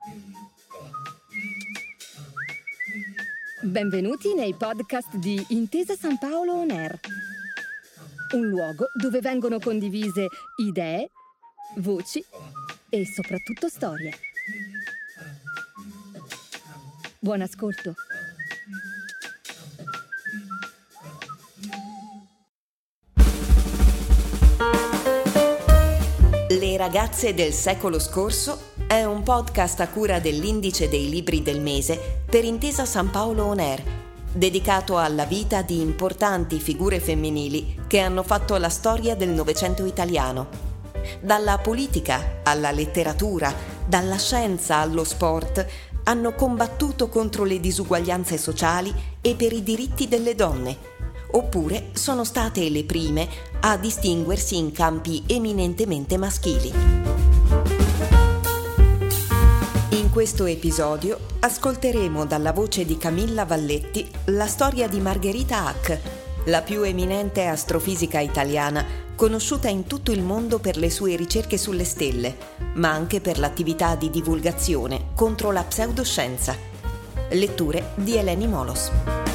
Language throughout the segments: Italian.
Benvenuti nei podcast di Intesa San Paolo On Air, un luogo dove vengono condivise idee, voci e soprattutto storie. Buon ascolto. Le ragazze del secolo scorso è un podcast a cura dell'Indice dei Libri del Mese per Intesa San Paolo On Air, dedicato alla vita di importanti figure femminili che hanno fatto la storia del Novecento italiano. Dalla politica alla letteratura, dalla scienza allo sport, hanno combattuto contro le disuguaglianze sociali e per i diritti delle donne. Oppure sono state le prime a distinguersi in campi eminentemente maschili. In questo episodio ascolteremo dalla voce di Camilla Valletti la storia di Margherita Hack, la più eminente astrofisica italiana, conosciuta in tutto il mondo per le sue ricerche sulle stelle, ma anche per l'attività di divulgazione contro la pseudoscienza. Letture di Eleni Molos.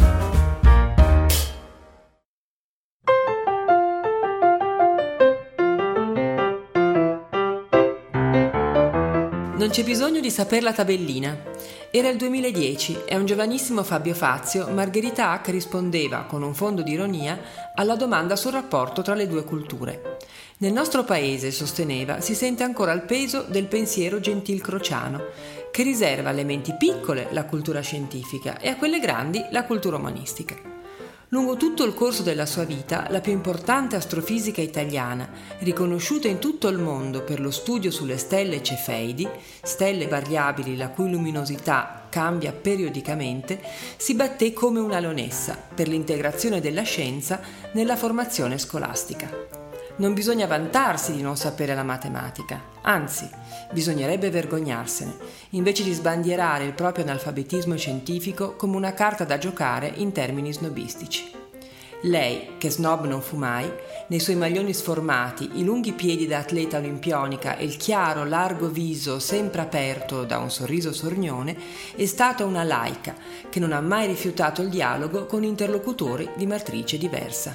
Non c'è bisogno di saper la tabellina. Era il 2010 e a un giovanissimo Fabio Fazio Margherita Hack rispondeva, con un fondo di ironia, alla domanda sul rapporto tra le due culture. Nel nostro paese, sosteneva, si sente ancora il peso del pensiero gentil-crociano, che riserva alle menti piccole la cultura scientifica e a quelle grandi la cultura umanistica. Lungo tutto il corso della sua vita, la più importante astrofisica italiana, riconosciuta in tutto il mondo per lo studio sulle stelle cefeidi, stelle variabili la cui luminosità cambia periodicamente, si batté come una leonessa per l'integrazione della scienza nella formazione scolastica. Non bisogna vantarsi di non sapere la matematica, anzi, bisognerebbe vergognarsene, invece di sbandierare il proprio analfabetismo scientifico come una carta da giocare in termini snobistici. Lei, che snob non fu mai, nei suoi maglioni sformati, i lunghi piedi da atleta olimpionica e il chiaro, largo viso sempre aperto da un sorriso sornione, è stata una laica che non ha mai rifiutato il dialogo con interlocutori di matrice diversa.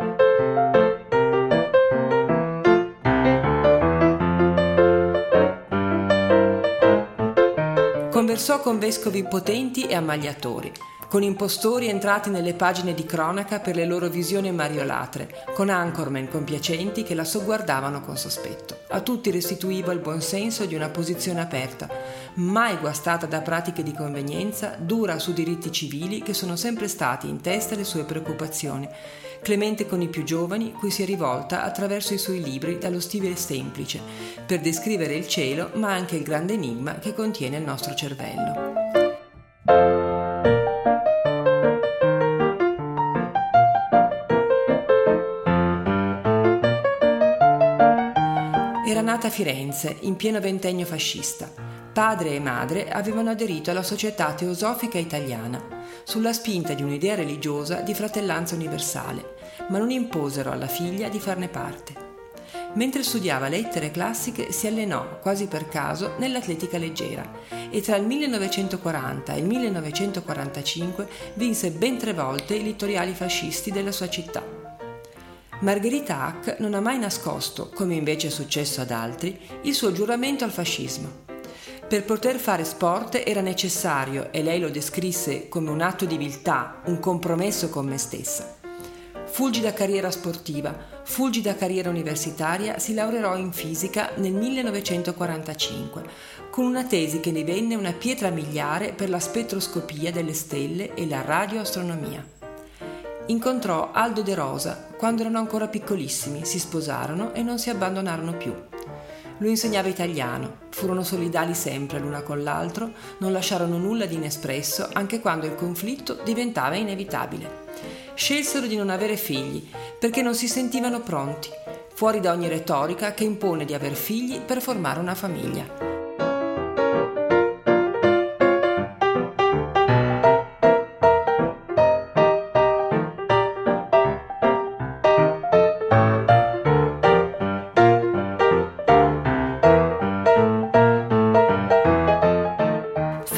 Conversò con vescovi potenti e ammagliatori, con impostori entrati nelle pagine di cronaca per le loro visioni mariolatre, con anchorman compiacenti che la sogguardavano con sospetto. A tutti restituiva il buonsenso di una posizione aperta, mai guastata da pratiche di convenienza, dura su diritti civili che sono sempre stati in testa le sue preoccupazioni, clemente con i più giovani, cui si è rivolta attraverso i suoi libri dallo stile semplice, per descrivere il cielo ma anche il grande enigma che contiene il nostro cervello. Era nata a Firenze, in pieno ventennio fascista. Padre e madre avevano aderito alla Società Teosofica Italiana, sulla spinta di un'idea religiosa di fratellanza universale, ma non imposero alla figlia di farne parte. Mentre studiava lettere classiche si allenò, quasi per caso, nell'atletica leggera e tra il 1940 e il 1945 vinse ben 3 volte i littoriali fascisti della sua città. Margherita Hack non ha mai nascosto, come invece è successo ad altri, il suo giuramento al fascismo. Per poter fare sport era necessario, e lei lo descrisse come un atto di viltà, un compromesso con me stessa. Fulgida carriera sportiva, fulgida carriera universitaria, si laureò in fisica nel 1945, con una tesi che divenne una pietra miliare per la spettroscopia delle stelle e la radioastronomia. Incontrò Aldo De Rosa quando erano ancora piccolissimi, si sposarono e non si abbandonarono più. Lui insegnava italiano, furono solidali sempre l'una con l'altro, non lasciarono nulla di inespresso anche quando il conflitto diventava inevitabile. Scelsero di non avere figli perché non si sentivano pronti, fuori da ogni retorica che impone di aver figli per formare una famiglia.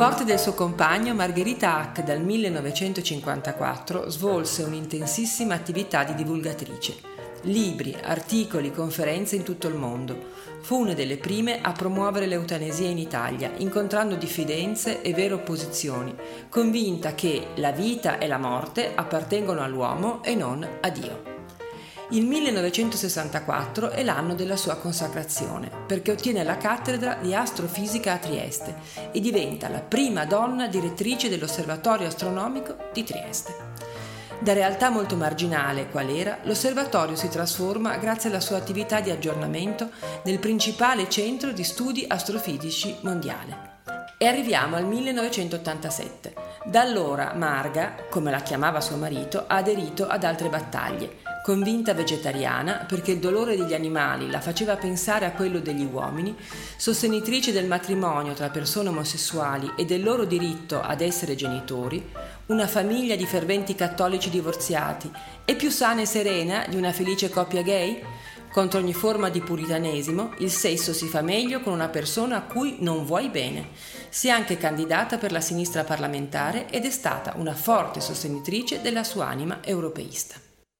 Forte del suo compagno, Margherita Hack dal 1954 svolse un'intensissima attività di divulgatrice. Libri, articoli, conferenze in tutto il mondo. Fu una delle prime a promuovere l'eutanasia in Italia, incontrando diffidenze e vere opposizioni, convinta che la vita e la morte appartengono all'uomo e non a Dio. Il 1964 è l'anno della sua consacrazione, perché ottiene la cattedra di astrofisica a Trieste e diventa la prima donna direttrice dell'Osservatorio Astronomico di Trieste. Da realtà molto marginale qual era, l'osservatorio si trasforma grazie alla sua attività di aggiornamento nel principale centro di studi astrofisici mondiale. E arriviamo al 1987. Da allora Marga, come la chiamava suo marito, ha aderito ad altre battaglie. Convinta vegetariana, perché il dolore degli animali la faceva pensare a quello degli uomini, sostenitrice del matrimonio tra persone omosessuali e del loro diritto ad essere genitori, una famiglia di ferventi cattolici divorziati e più sana e serena di una felice coppia gay? Contro ogni forma di puritanesimo, il sesso si fa meglio con una persona a cui non vuoi bene. Si è anche candidata per la sinistra parlamentare ed è stata una forte sostenitrice della sua anima europeista.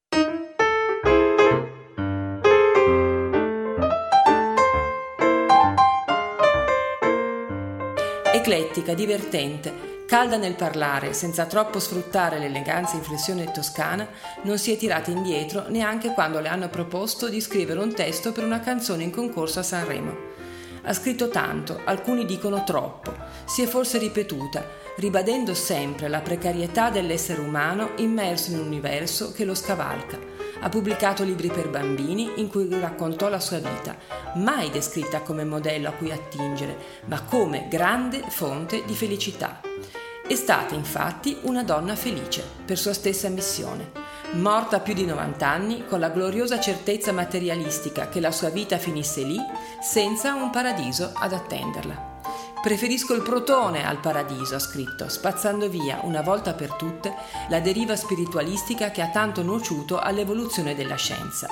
Eclettica, divertente, calda nel parlare, senza troppo sfruttare l'eleganza e inflessione toscana, non si è tirata indietro neanche quando le hanno proposto di scrivere un testo per una canzone in concorso a Sanremo. Ha scritto tanto, alcuni dicono troppo, si è forse ripetuta, ribadendo sempre la precarietà dell'essere umano immerso in un universo che lo scavalca. Ha pubblicato libri per bambini in cui raccontò la sua vita, mai descritta come modello a cui attingere, ma come grande fonte di felicità. È stata infatti una donna felice, per sua stessa ammissione, morta a più di 90 anni con la gloriosa certezza materialistica che la sua vita finisse lì, senza un paradiso ad attenderla. Preferisco il protone al paradiso, ha scritto, spazzando via, una volta per tutte, la deriva spiritualistica che ha tanto nuociuto all'evoluzione della scienza.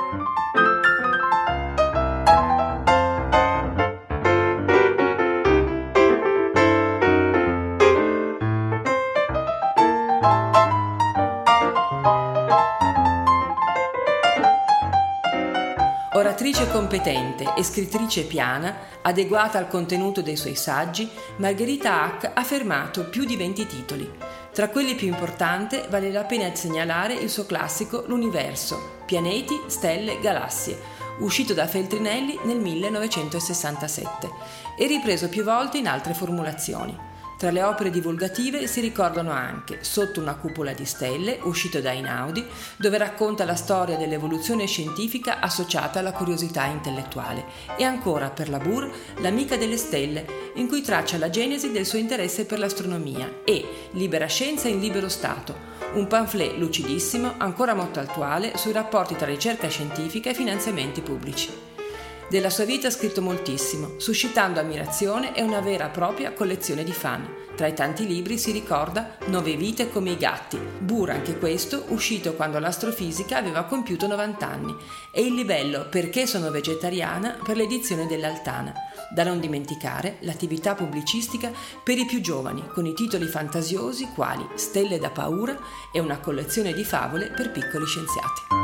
Oratrice competente e scrittrice piana, adeguata al contenuto dei suoi saggi, Margherita Hack ha firmato più di 20 titoli. Tra quelli più importanti vale la pena segnalare il suo classico L'Universo, pianeti, stelle, galassie, uscito da Feltrinelli nel 1967 e ripreso più volte in altre formulazioni. Tra le opere divulgative si ricordano anche Sotto una cupola di stelle, uscito da Einaudi, dove racconta la storia dell'evoluzione scientifica associata alla curiosità intellettuale, e ancora per la Bur, L'amica delle stelle, in cui traccia la genesi del suo interesse per l'astronomia, e Libera scienza in libero stato, un pamphlet lucidissimo, ancora molto attuale, sui rapporti tra ricerca scientifica e finanziamenti pubblici. Della sua vita ha scritto moltissimo, suscitando ammirazione e una vera e propria collezione di fan. Tra i tanti libri si ricorda 9 vite come i gatti, Bur anche questo, uscito quando l'astrofisica aveva compiuto 90 anni, e il libello Perché sono vegetariana per l'edizione dell'Altana. Da non dimenticare l'attività pubblicistica per i più giovani, con i titoli fantasiosi quali Stelle da paura e una collezione di favole per piccoli scienziati.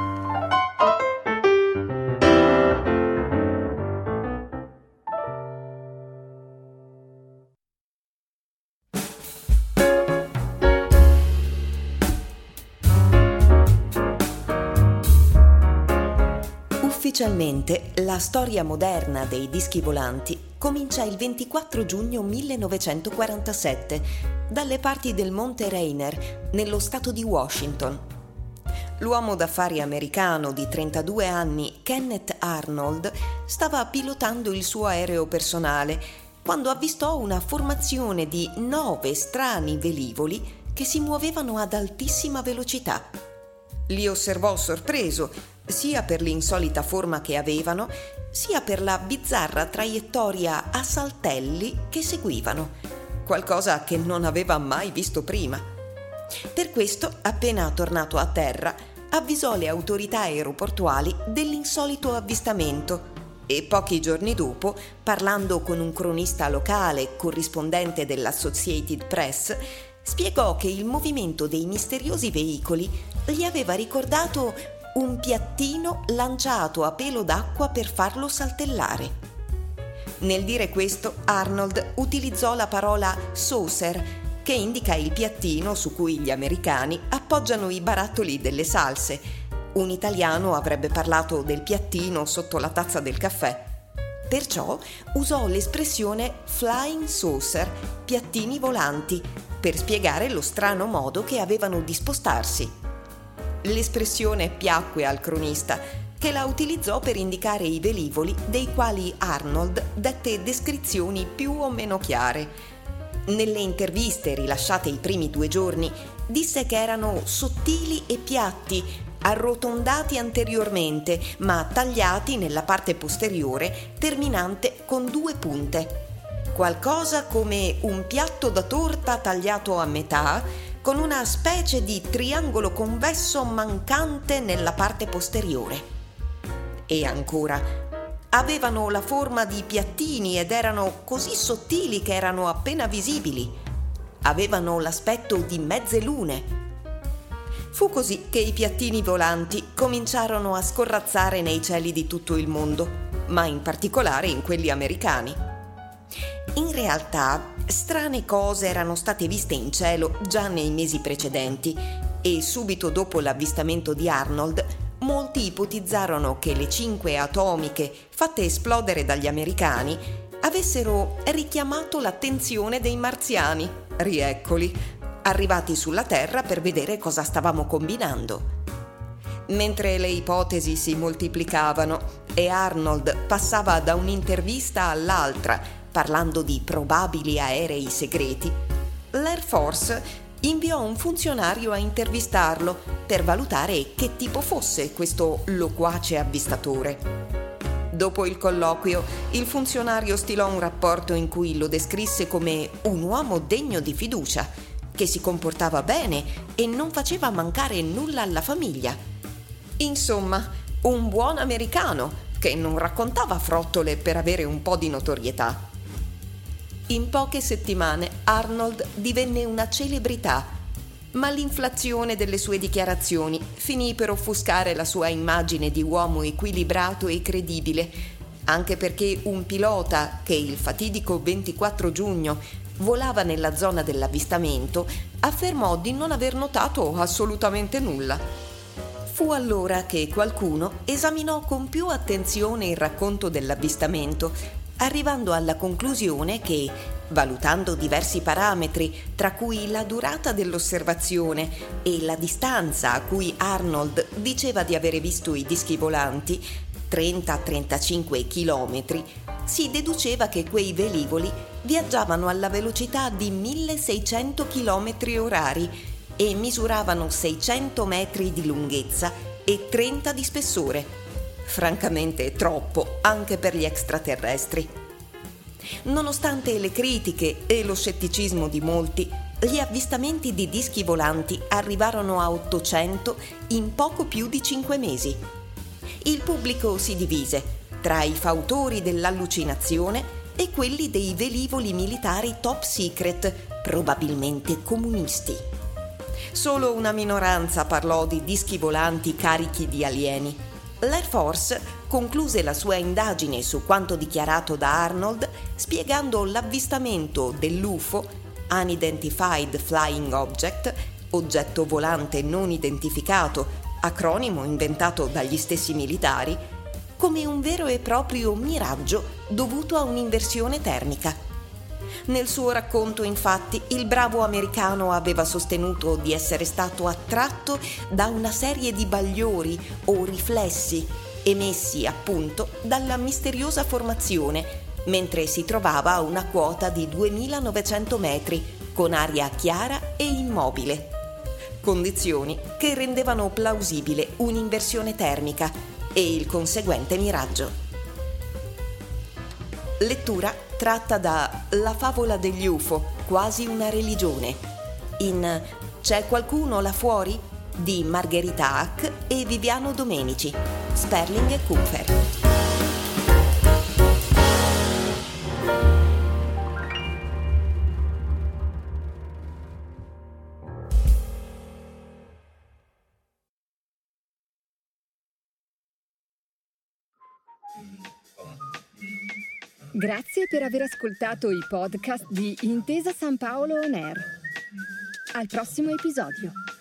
Ufficialmente, la storia moderna dei dischi volanti comincia il 24 giugno 1947 dalle parti del Monte Rainier, nello stato di Washington. L'uomo d'affari americano di 32 anni, Kenneth Arnold, stava pilotando il suo aereo personale quando avvistò una formazione di 9 strani velivoli che si muovevano ad altissima velocità. Li osservò sorpreso, sia per l'insolita forma che avevano, sia per la bizzarra traiettoria a saltelli che seguivano, qualcosa che non aveva mai visto prima. Per questo, appena tornato a terra, avvisò le autorità aeroportuali dell'insolito avvistamento e pochi giorni dopo, parlando con un cronista locale, corrispondente dell'Associated Press, spiegò che il movimento dei misteriosi veicoli gli aveva ricordato un piattino lanciato a pelo d'acqua per farlo saltellare. Nel dire questo, Arnold utilizzò la parola saucer, che indica il piattino su cui gli americani appoggiano i barattoli delle salse. Un italiano avrebbe parlato del piattino sotto la tazza del caffè. Perciò usò l'espressione flying saucer, piattini volanti, per spiegare lo strano modo che avevano di spostarsi. L'espressione piacque al cronista, che la utilizzò per indicare i velivoli dei quali Arnold dette descrizioni più o meno chiare. Nelle interviste rilasciate i primi 2 giorni, disse che erano sottili e piatti, arrotondati anteriormente, ma tagliati nella parte posteriore, terminante con 2 punte. Qualcosa come un piatto da torta tagliato a metà, con una specie di triangolo convesso mancante nella parte posteriore. E ancora, avevano la forma di piattini ed erano così sottili che erano appena visibili. Avevano l'aspetto di mezze lune. Fu così che i piattini volanti cominciarono a scorrazzare nei cieli di tutto il mondo, ma in particolare in quelli americani. In realtà, strane cose erano state viste in cielo già nei mesi precedenti e subito dopo l'avvistamento di Arnold, molti ipotizzarono che le 5 atomiche fatte esplodere dagli americani avessero richiamato l'attenzione dei marziani, rieccoli, arrivati sulla Terra per vedere cosa stavamo combinando. Mentre le ipotesi si moltiplicavano e Arnold passava da un'intervista all'altra parlando di probabili aerei segreti, l'Air Force inviò un funzionario a intervistarlo per valutare che tipo fosse questo loquace avvistatore. Dopo il colloquio, il funzionario stilò un rapporto in cui lo descrisse come un uomo degno di fiducia, che si comportava bene e non faceva mancare nulla alla famiglia. Insomma, un buon americano che non raccontava frottole per avere un po' di notorietà. In poche settimane Arnold divenne una celebrità, ma l'inflazione delle sue dichiarazioni finì per offuscare la sua immagine di uomo equilibrato e credibile, anche perché un pilota che il fatidico 24 giugno volava nella zona dell'avvistamento affermò di non aver notato assolutamente nulla. Fu allora che qualcuno esaminò con più attenzione il racconto dell'avvistamento, arrivando alla conclusione che, valutando diversi parametri, tra cui la durata dell'osservazione e la distanza a cui Arnold diceva di avere visto i dischi volanti, 30-35 chilometri, si deduceva che quei velivoli viaggiavano alla velocità di 1600 chilometri orari e misuravano 600 metri di lunghezza e 30 di spessore. Francamente troppo anche per gli extraterrestri. Nonostante le critiche e lo scetticismo di molti, gli avvistamenti di dischi volanti arrivarono a 800 in poco più di 5 mesi. Il pubblico si divise tra i fautori dell'allucinazione e quelli dei velivoli militari top secret, probabilmente comunisti. Solo una minoranza parlò di dischi volanti carichi di alieni. L'Air Force concluse la sua indagine su quanto dichiarato da Arnold spiegando l'avvistamento dell'UFO, Unidentified Flying Object, oggetto volante non identificato, acronimo inventato dagli stessi militari, come un vero e proprio miraggio dovuto a un'inversione termica. Nel suo racconto, infatti, il bravo americano aveva sostenuto di essere stato attratto da una serie di bagliori o riflessi emessi appunto dalla misteriosa formazione mentre si trovava a una quota di 2900 metri con aria chiara e immobile. Condizioni che rendevano plausibile un'inversione termica e il conseguente miraggio. Lettura tratta da La favola degli UFO, quasi una religione, in C'è qualcuno là fuori? Di Margherita Hack e Viviano Domenici, Sperling e Kupfer. Grazie per aver ascoltato i podcast di Intesa San Paolo On Air. Al prossimo episodio.